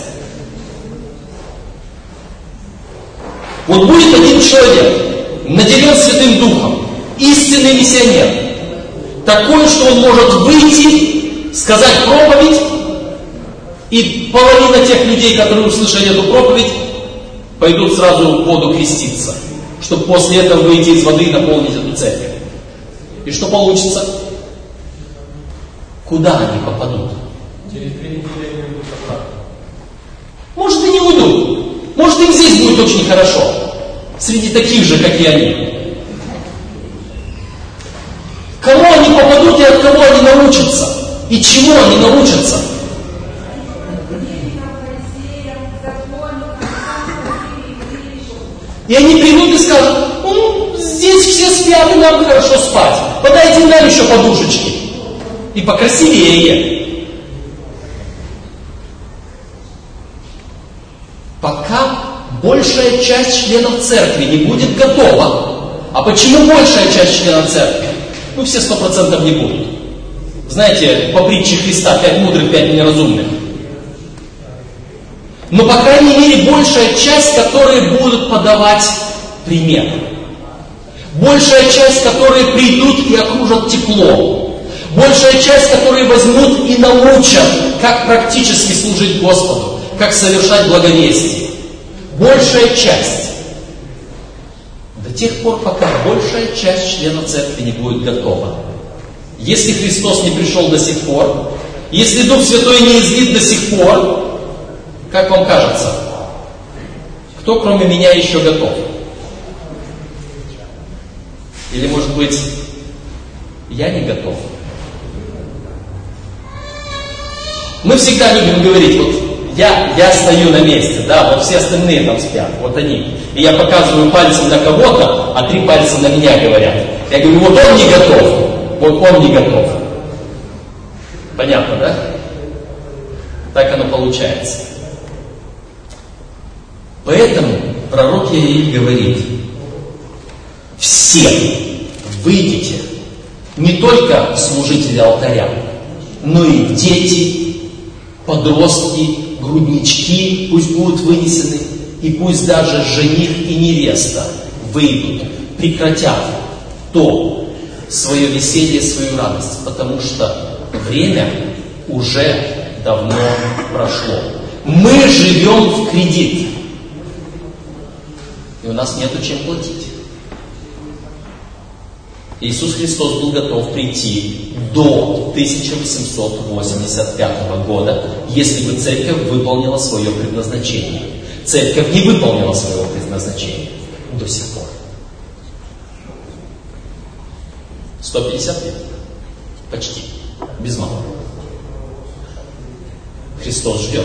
Вот будет один человек, наделен Святым Духом, истинный миссионер, такой, что он может выйти, сказать проповедь, и половина тех людей, которые услышали эту проповедь, пойдут сразу в воду креститься, чтобы после этого выйти из воды и наполнить эту церковь. И что получится? Куда они попадут? Через три недели они уйдут обратно. Может, и не уйдут. Может, им здесь будет очень хорошо. Среди таких же, как и они. Кому они попадут и от кого они научатся? И чему они научатся? И они придут и скажут, ну, здесь все спят, и нам хорошо спать. Подайте нам еще подушечки. И покрасивее. Пока большая часть членов церкви не будет готова. А почему большая часть членов церкви? Ну, все сто процентов не будут. Знаете, по притче Христа, пять мудрых, пять неразумных. Но, по крайней мере, большая часть, которые будут подавать пример. Большая часть, которые придут и окружат тепло. Большая часть, которые возьмут и научат, как практически служить Господу, как совершать благовестие. Большая часть. До тех пор, пока большая часть членов церкви не будет готова. Если Христос не пришел до сих пор, если Дух Святой не излит до сих пор, как вам кажется, кто кроме меня еще готов? Или, может быть, я не готов? Мы всегда любим говорить, вот я, я стою на месте, да, вот все остальные там спят, вот они. И я показываю пальцем на кого-то, а три пальца на меня говорят. Я говорю, вот он не готов, вот он не готов. Понятно, да? Так оно получается. Поэтому пророк Иаиль говорит, все выйдите, не только служители алтаря, но и дети, подростки, груднички пусть будут вынесены, И пусть даже жених и невеста выйдут, прекратят то свое веселье, свою радость, потому что время уже давно прошло. Мы живем в кредит, и у нас нету чем платить. Иисус Христос был готов прийти до тысяча восемьсот восемьдесят пятого года, если бы церковь выполнила свое предназначение. Церковь не выполнила своего предназначения до сих пор. сто пятьдесят лет. Почти. Без малого. Христос ждет.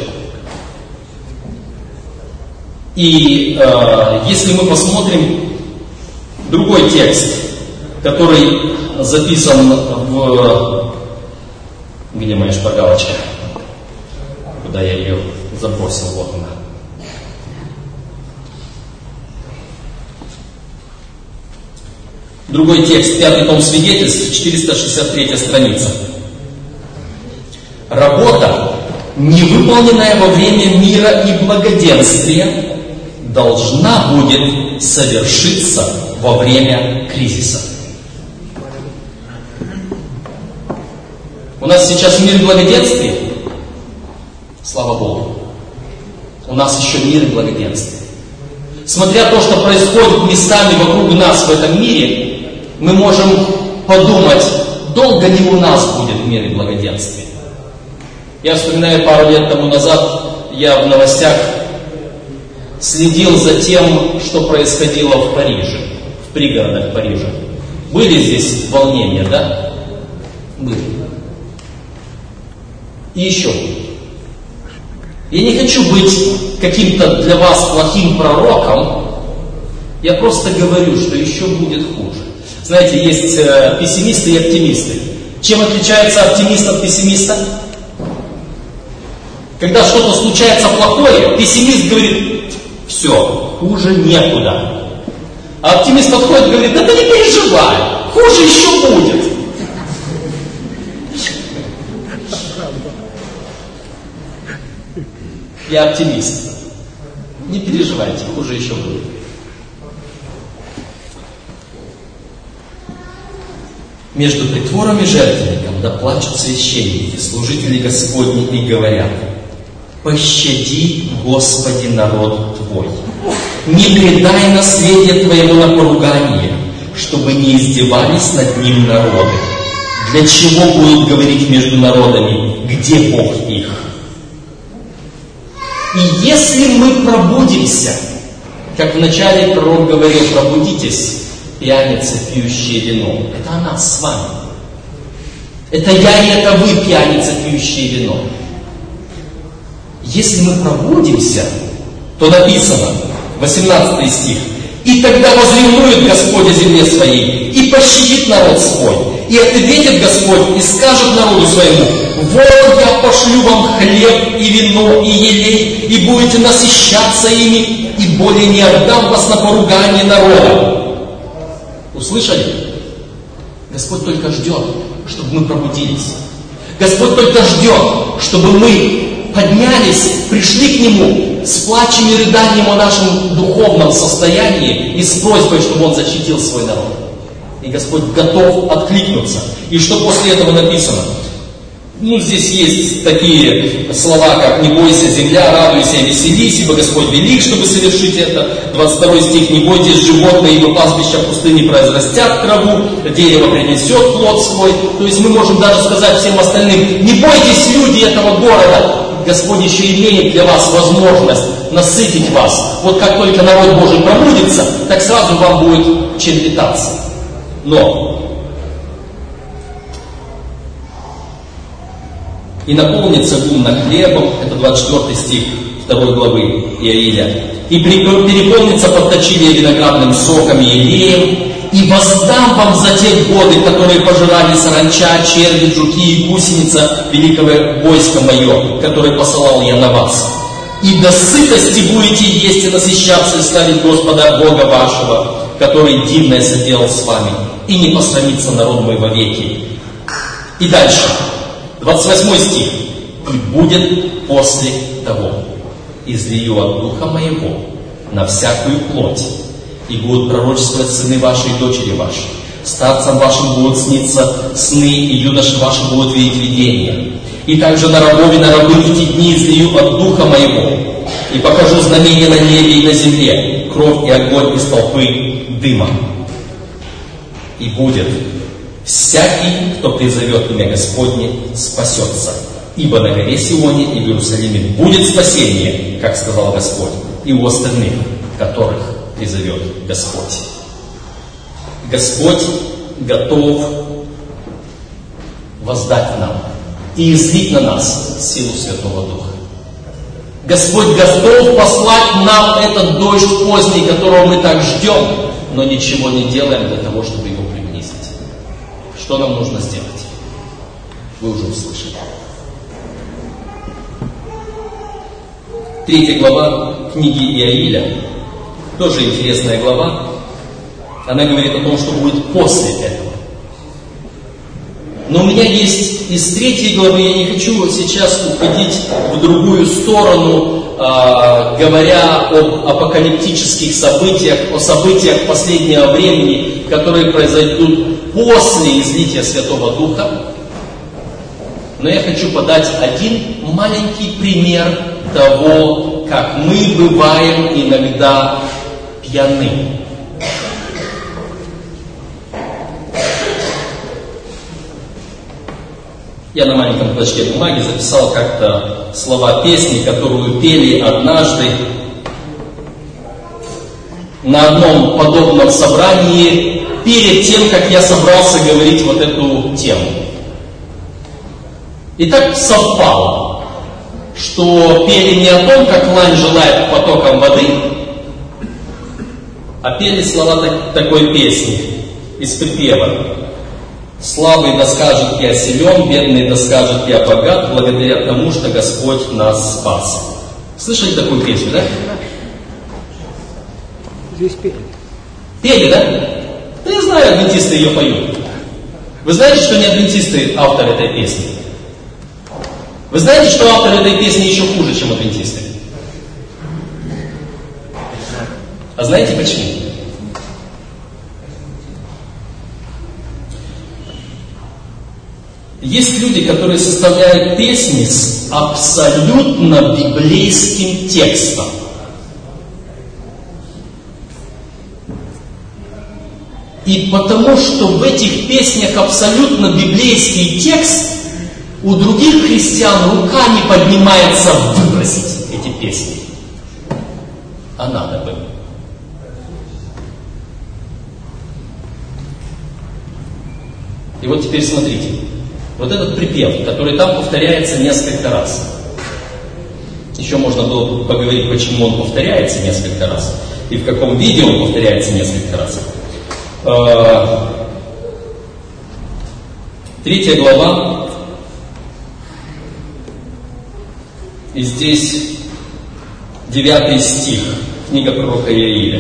И э, если мы посмотрим другой текст, который записан в... Где моя шпаргалочка? Куда я ее забросил? Вот она. Другой текст, пятый том свидетельств, четыреста шестьдесят третья страница. Работа, не выполненная во время мира и благоденствия, должна будет совершиться во время кризиса. У нас сейчас мир и благоденствие. Слава Богу. У нас еще мир и благоденствие. Смотря то, что происходит местами вокруг нас в этом мире, мы можем подумать, долго ли у нас будет мир и благоденствие. Я вспоминаю, пару лет тому назад я в новостях следил за тем, что происходило в Париже, в пригородах Парижа. Были здесь волнения, да? Были. И еще. Я не хочу быть каким-то для вас плохим пророком. Я просто говорю, что еще будет хуже. Знаете, есть э, пессимисты и оптимисты. Чем отличается оптимист от пессимиста? Когда что-то случается плохое, пессимист говорит, все, хуже некуда. А оптимист подходит и говорит, да ты не переживай, хуже еще будет. Я оптимист. Не переживайте, хуже еще будет. Между притвором и жертвенником да плачут священники, служители Господни, и говорят: пощади, Господи, народ Твой. Не предай наследие Твоему на поругание, чтобы не издевались над ним народы. Для чего будут говорить между народами, где Бог их? И если мы пробудимся, как вначале пророк говорил, пробудитесь, пьяницы, пьющие вино. Это о нас с вами. Это я и это вы, пьяницы, пьющие вино. Если мы пробудимся, то написано, восемнадцатый стих, «И тогда возревнует Господь о земле своей, и пощадит народ свой, и ответит Господь, и скажет народу своему: вот я пошлю вам хлеб и вино и елей, и будете насыщаться ими, и более не отдам вас на поругание народа». Услышали? Господь только ждет, чтобы мы пробудились. Господь только ждет, чтобы мы поднялись, пришли к Нему с плачем и рыданием о нашем духовном состоянии и с просьбой, чтобы Он защитил свой народ. И Господь готов откликнуться. И что после этого написано? Ну, здесь есть такие слова, как «Не бойся, земля, радуйся и веселись, ибо Господь велик, чтобы совершить это». двадцать второй стих: «Не бойтесь, животные, ибо пастбища пустыни произрастят траву, дерево принесет плод свой». То есть мы можем даже сказать всем остальным: не бойтесь, люди этого города. Господь еще имеет для вас возможность насытить вас. Вот как только народ Божий пробудится, так сразу вам будет чем питаться. Но «И наполнится гумно хлебом», это двадцать четвёртый стих второй главы Иаиля, «и переполнится подточение виноградным соком и елеем, и воздам вам за те годы, которые пожирали саранча, черви, жуки и гусеница великого войска мое, которое посылал я на вас. И до сытости будете есть и насыщаться, и славить Господа Бога вашего, который дивное соделал с вами, и не посрамится народ мой вовеки». И дальше. двадцать восьмой стих. «И будет после того, излию от Духа Моего на всякую плоть, и будут пророчествовать сыны ваши и дочери ваши. Старцам вашим будут сниться сны, и юноши ваши будут видеть видения. И также на рабов и на рабынь в те дни излию от духа моего, и покажу знамения на небе и на земле, кровь и огонь из толпы дыма. И будет всякий, кто призовет имя Господне, спасется. Ибо на горе Сионе и в Иерусалиме будет спасение, как сказал Господь, и у остальных, которых призовет Господь. Господь готов воздать нам и излить на нас силу Святого Духа. Господь готов послать нам этот дождь поздний, которого мы так ждем, но ничего не делаем для того, чтобы его приблизить. Что нам нужно сделать? Вы уже услышали. Третья глава книги Иаиля, тоже интересная глава. Она говорит о том, что будет после этого. Но у меня есть из третьей главы, я не хочу сейчас уходить в другую сторону, э, говоря об апокалиптических событиях, о событиях последнего времени, которые произойдут после излития Святого Духа. Но я хочу подать один маленький пример того, как мы бываем иногда пьяны. Я на маленьком клочке бумаги записал как-то слова песни, которую пели однажды на одном подобном собрании перед тем, как я собрался говорить вот эту тему. И так совпало, что пели не о том, как лань желает потоком воды, а пели слова так, такой песни из припева. Слабый да скажет, я силен, бедный да скажет, я богат, благодаря тому, что Господь нас спас. Слышали такую песню, да? Здесь пели. Пели, да? Да я знаю, адвентисты ее поют. Вы знаете, что не адвентисты автор этой песни? Вы знаете, что автор этой песни еще хуже, чем адвентисты? А знаете почему? Есть люди, которые составляют песни с абсолютно библейским текстом. И потому что в этих песнях абсолютно библейский текст, у других христиан рука не поднимается выбросить эти песни. А надо бы. И вот теперь смотрите. Вот этот припев, который там повторяется несколько раз. Еще можно было бы поговорить, почему он повторяется несколько раз. И в каком виде он повторяется несколько раз. Третья глава. И здесь девятый стих. Книга пророка Иаиля.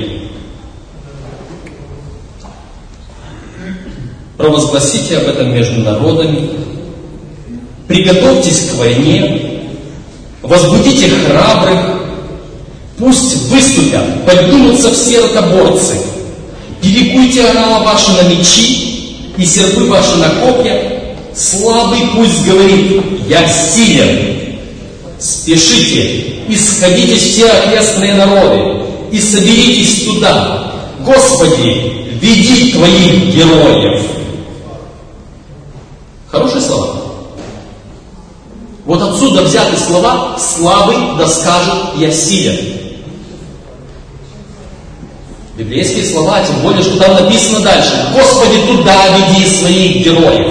Провозгласите об этом между народами, приготовьтесь к войне, возбудите храбрых, пусть выступят, поднимутся все ротоборцы, перекуйте орала ваши на мечи и серпы ваши на копья, слабый пусть говорит, я силен, спешите, исходите все окрестные народы и соберитесь туда, Господи, веди твоих героев. Хорошие слова. Вот отсюда взяты слова «слабый да скажет, я силен». Библейские слова, тем более, что там написано дальше «Господи, туда веди своих героев».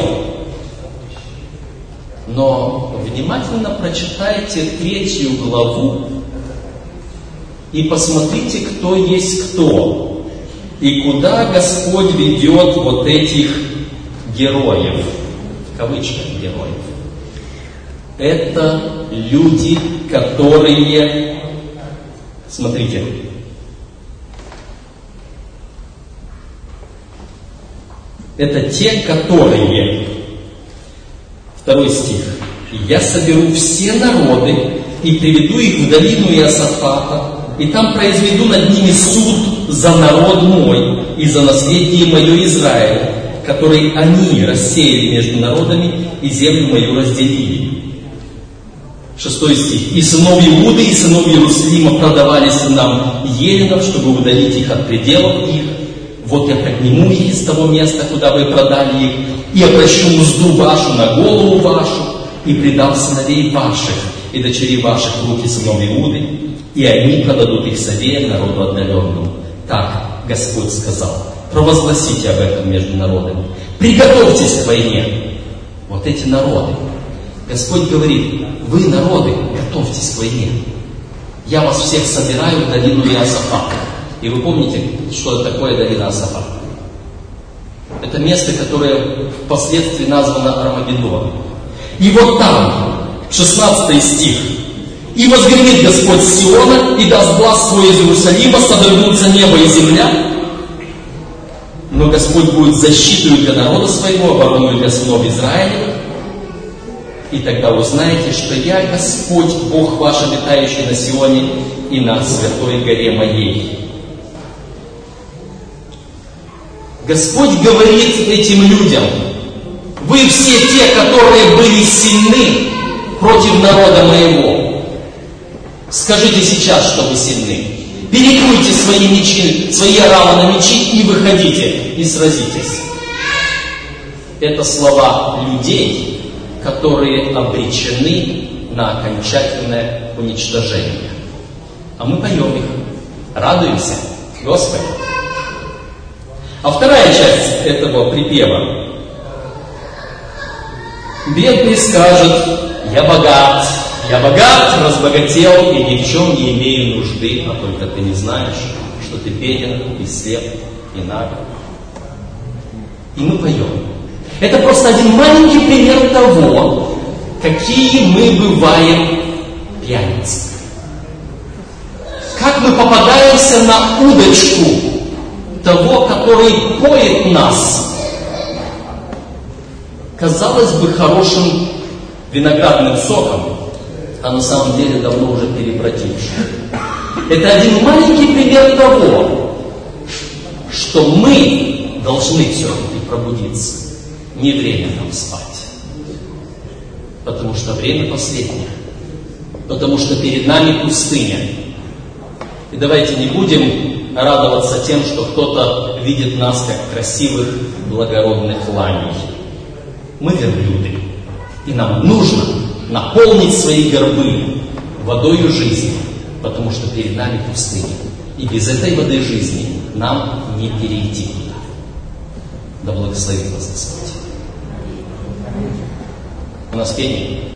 Но внимательно прочитайте третью главу и посмотрите, кто есть кто. И куда Господь ведет вот этих героев. В кавычках героев. Это люди, которые, смотрите, это те, которые, второй стих, «Я соберу все народы и приведу их в долину Иосафата, и там произведу над ними суд за народ мой и за наследие мое Израиль, который они рассеяли между народами и землю мою разделили. Шестой стих. И сынов Иуды, и сынов Иерусалима продавали сынам Еленов, чтобы удалить их от пределов их. Вот я подниму их из того места, куда вы продали их, и обращу мзду вашу на голову вашу, и предам сыновей ваших и дочерей ваших в руки сынов Иуды, и они продадут их совеям народу отдаленному. Так Господь сказал. Провозгласите об этом между народами. Приготовьтесь к войне. Вот эти народы. Господь говорит, вы, народы, готовьтесь к войне. Я вас всех собираю в долину Иосафата. И вы помните, что такое долина Иосафата? Это место, которое впоследствии названо Армагеддоном. И вот там, шестнадцатый стих. И возгремит Господь с Сиона, и даст глас свой из Иерусалима, содрогнутся небо и земля. Но Господь будет защитою для народа своего, обороной для сынов Израиля. И тогда узнаете, что я Господь, Бог ваш, обитающий на Сионе и на святой горе моей. Господь говорит этим людям, вы все те, которые были сильны против народа моего, скажите сейчас, что вы сильны. Перекуйте свои мечи, свои оравы на мечи и выходите, и сразитесь. Это слова людей, которые обречены на окончательное уничтожение. А мы поем их, радуемся, Господи. А вторая часть этого припева. Бедный скажет, я богат, я богат, разбогател и ни в чем не имею нужды, а только ты не знаешь, что ты беден и слеп и наг. И мы поем. Это просто один маленький пример того, какие мы бываем пьяницы. Как мы попадаемся на удочку того, который поет нас, казалось бы, хорошим виноградным соком, а на самом деле давно уже перебродившим. Это один маленький пример того, что мы должны все-таки пробудиться. Не время нам спать. Потому что время последнее. Потому что перед нами пустыня. И давайте не будем радоваться тем, что кто-то видит нас как красивых, благородных ланей. Мы верблюды. И нам нужно наполнить свои горбы водою жизни. Потому что перед нами пустыня. И без этой воды жизни нам не перейти. Да благословит вас Господь. У нас пение.